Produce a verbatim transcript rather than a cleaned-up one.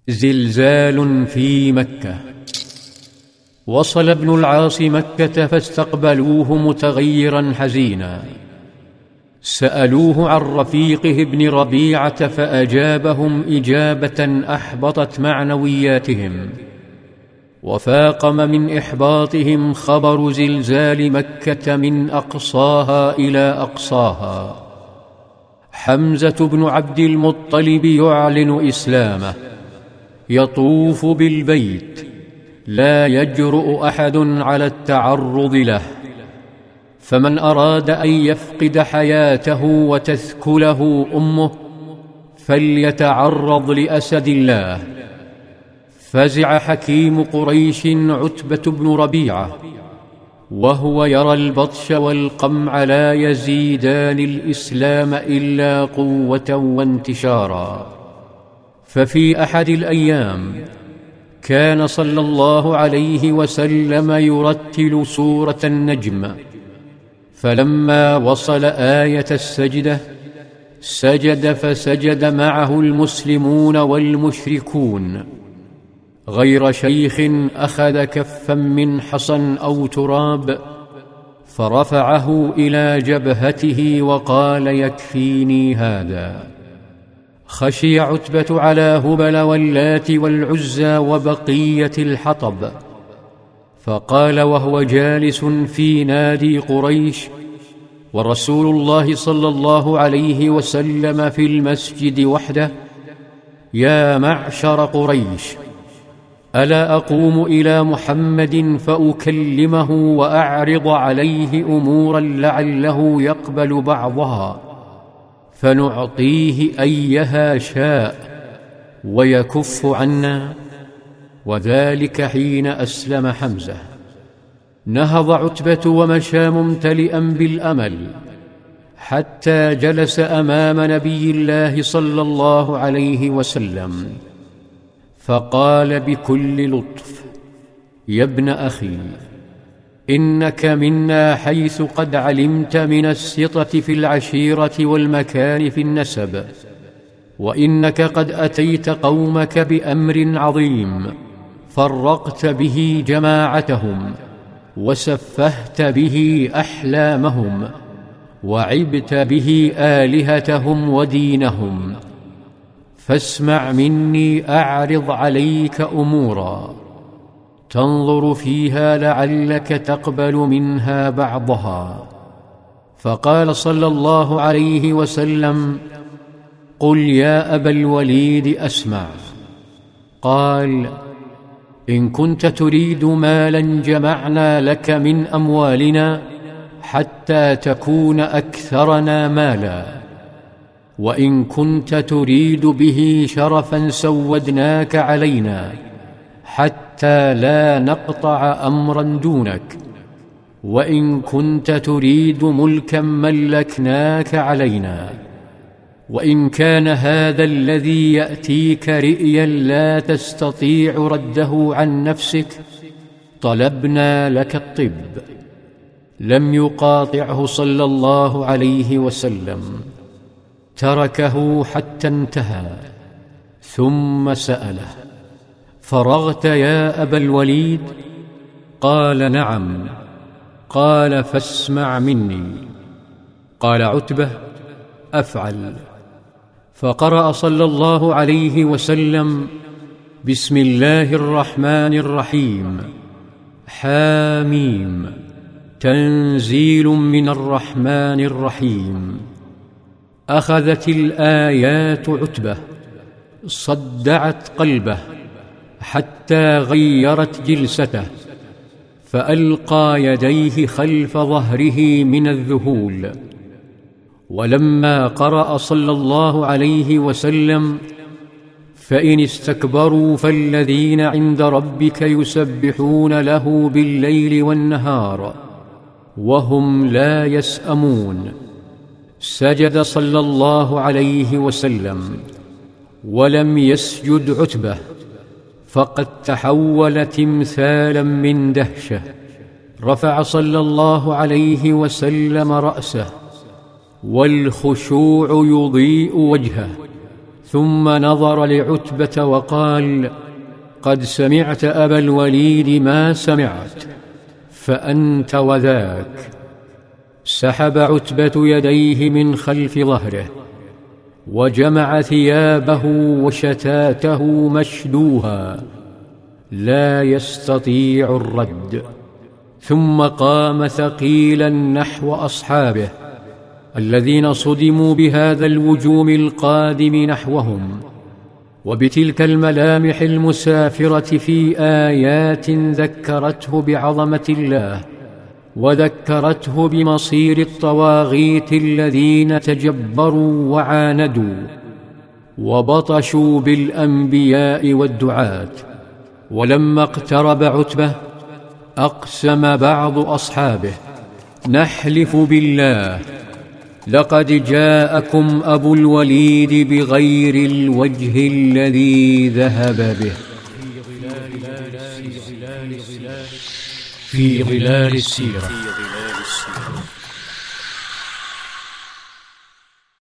زلزال في مكة. وصل ابن العاص مكة فاستقبلوه متغيرا حزينا. سألوه عن رفيقه ابن ربيعة فأجابهم إجابة أحبطت معنوياتهم، وفاقم من إحباطهم خبر زلزال مكة من أقصاها إلى أقصاها. حمزة بن عبد المطلب يعلن إسلامه، يطوف بالبيت، لا يجرؤ أحد على التعرض له، فمن أراد أن يفقد حياته وتثكله أمه فليتعرض لأسد الله. فزع حكيم قريش عتبة بن ربيعة، وهو يرى البطش والقمع لا يزيدان الإسلام إلا قوة وانتشارا. ففي أحد الأيام كان صلى الله عليه وسلم يرتل سورة النجم، فلما وصل آية السجدة سجد، فسجد معه المسلمون والمشركون، غير شيخ أخذ كفا من حصى أو تراب فرفعه إلى جبهته وقال: يكفيني هذا. خشي عتبة على هبل واللات والعزى وبقية الحطب، فقال وهو جالس في نادي قريش ورسول الله صلى الله عليه وسلم في المسجد وحده: يا معشر قريش، ألا أقوم إلى محمد فأكلمه وأعرض عليه أمورا لعله يقبل بعضها فنعطيه أيها شاء ويكف عنا؟ وذلك حين أسلم حمزة. نهض عتبة ومشى ممتلئا بالأمل حتى جلس أمام نبي الله صلى الله عليه وسلم، فقال بكل لطف: يا ابن أخي، إنك منا حيث قد علمت من السطة في العشيرة والمكان في النسب، وإنك قد أتيت قومك بأمر عظيم فرقت به جماعتهم وسفهت به أحلامهم وعبت به آلهتهم ودينهم، فاسمع مني أعرض عليك أمورا تنظر فيها لعلك تقبل منها بعضها. فقال صلى الله عليه وسلم: قل يا أبا الوليد أسمع. قال: إن كنت تريد مالا جمعنا لك من أموالنا حتى تكون أكثرنا مالا، وإن كنت تريد به شرفا سودناك علينا حتى لا نقطع أمرا دونك، وإن كنت تريد ملكا ملكناك علينا، وإن كان هذا الذي يأتيك رئيا لا تستطيع رده عن نفسك طلبنا لك الطب. لم يقاطعه صلى الله عليه وسلم، تركه حتى انتهى، ثم سأله: فرغت يا أبا الوليد؟ قال: نعم. قال: فاسمع مني. قال عتبة: أفعل. فقرأ صلى الله عليه وسلم: بسم الله الرحمن الرحيم، حاميم، تنزيل من الرحمن الرحيم. أخذت الآيات عتبة، صدعت قلبه حتى غيرت جلسته، فألقى يديه خلف ظهره من الذهول. ولما قرأ صلى الله عليه وسلم: فإن استكبروا فالذين عند ربك يسبحون له بالليل والنهار وهم لا يسأمون، سجد صلى الله عليه وسلم، ولم يسجد عتبة، فقد تحول تمثالا من دهشة. رفع صلى الله عليه وسلم رأسه والخشوع يضيء وجهه، ثم نظر لعتبة وقال: قد سمعت أبا الوليد ما سمعت، فأنت وذاك. سحب عتبة يديه من خلف ظهره، وجمع ثيابه وشتاته مشدوها لا يستطيع الرد، ثم قام ثقيلا نحو أصحابه الذين صدموا بهذا الوجوم القادم نحوهم، وبتلك الملامح المسافرة في آيات ذكرته بعظمة الله، وذكرته بمصير الطواغيت الذين تجبروا وعاندوا وبطشوا بالأنبياء والدعاة. ولما اقترب عتبة أقسم بعض أصحابه: نحلف بالله لقد جاءكم أبو الوليد بغير الوجه الذي ذهب به. في ظلال السيرة.